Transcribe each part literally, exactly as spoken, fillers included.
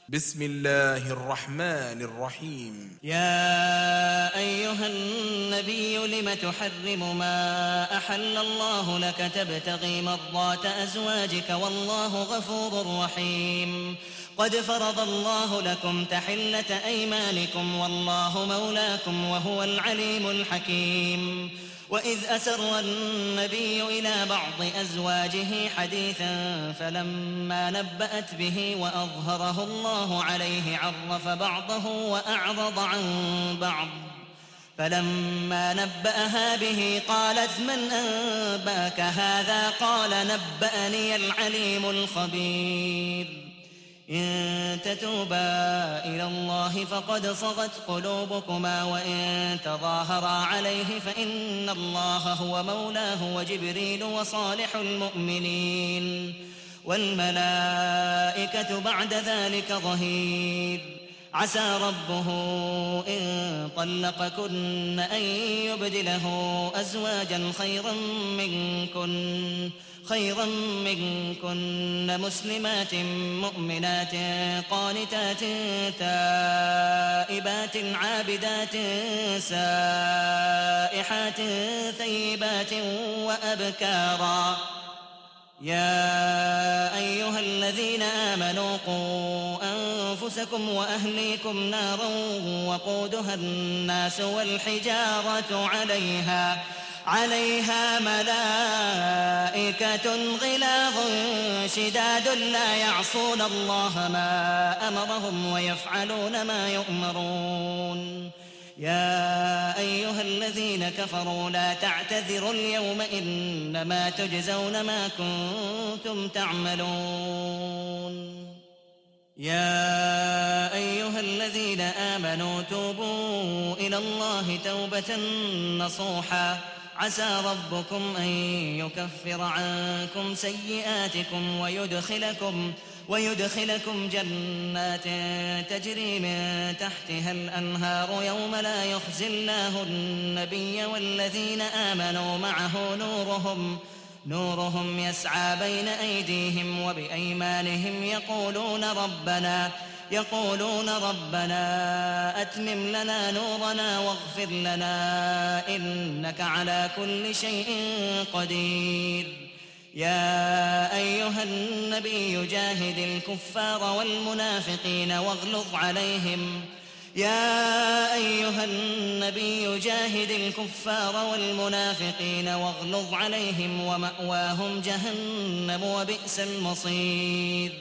بسم الله الرحمن الرحيم. يا أيها النبي لم تحرم ما أحل الله لك تبتغي مرضات أزواجك والله غفور رحيم. قد فرض الله لكم تحلة أيمانكم والله مولاكم وهو العليم الحكيم. وإذ أسر النبي إلى بعض أزواجه حديثا فلما نبأت به وأظهره الله عليه عرف بعضه وأعرض عن بعض فلما نبأها به قالت من أنباك هذا قال نبأني العليم الخبير. إن تتوبا إلى الله فقد صغت قلوبكما وإن تظاهرا عليه فإن الله هو مولاه وجبريل وصالح المؤمنين والملائكة بعد ذلك ظهير. عسى ربه إن طلقكن أن يبدله أزواجا خيرا منكن خيرا منكن مسلمات مؤمنات قانتات تائبات عابدات سائحات ثيبات وأبكارا. يا أيها الذين آمنوا قوا أنفسكم وأهليكم نارا وقودها الناس والحجارة عليها عليها ملائكة غلاظ شداد لا يعصون الله ما أمرهم ويفعلون ما يؤمرون. يا أيها الذين كفروا لا تعتذروا اليوم إنما تجزون ما كنتم تعملون. يا أيها الذين آمنوا توبوا إلى الله توبة نصوحا عسى ربكم أن يكفر عنكم سيئاتكم ويدخلكم ويدخلكم جنات تجري من تحتها الأنهار يوم لا يخزي الله النبي والذين آمنوا معه نورهم نورهم يسعى بين أيديهم وبأيمانهم يقولون ربنا يقولون ربنا أتمم لنا نورنا واغفر لنا إنك على كل شيء قدير. يا أيها النبي جاهد الكفار والمنافقين واغلظ عليهم يا أيها النبي جاهد الكفار والمنافقين واغلظ عليهم ومأواهم جهنم وبئس المصير.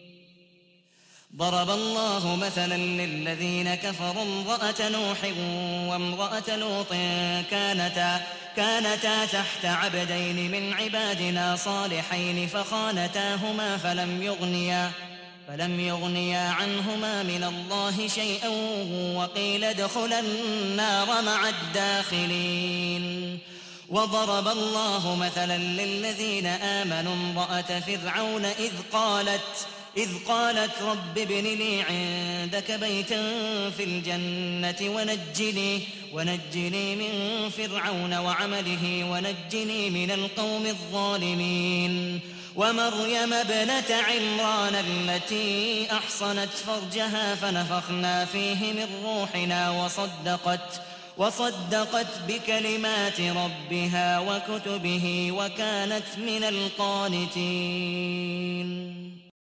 ضرب الله مثلا للذين كفروا امرأة نوح وامرأة لوط كانتا كانتا تحت عبدين من عبادنا صالحين فخانتاهما فلم يغنيا فلم يغنيا عنهما من الله شيئا وقيل ادخلا النار مع الداخلين. وضرب الله مثلا للذين آمنوا امرأة فرعون إذ قالت إذ قالت رب ابن لي عندك بيتا في الجنة ونجني ونجني من فرعون وعمله ونجني من القوم الظالمين. ومريم ابنة عمران التي أحصنت فرجها فنفخنا فيه من روحنا وصدقت وصدقت بكلمات ربها وكتبه وكانت من القانتين.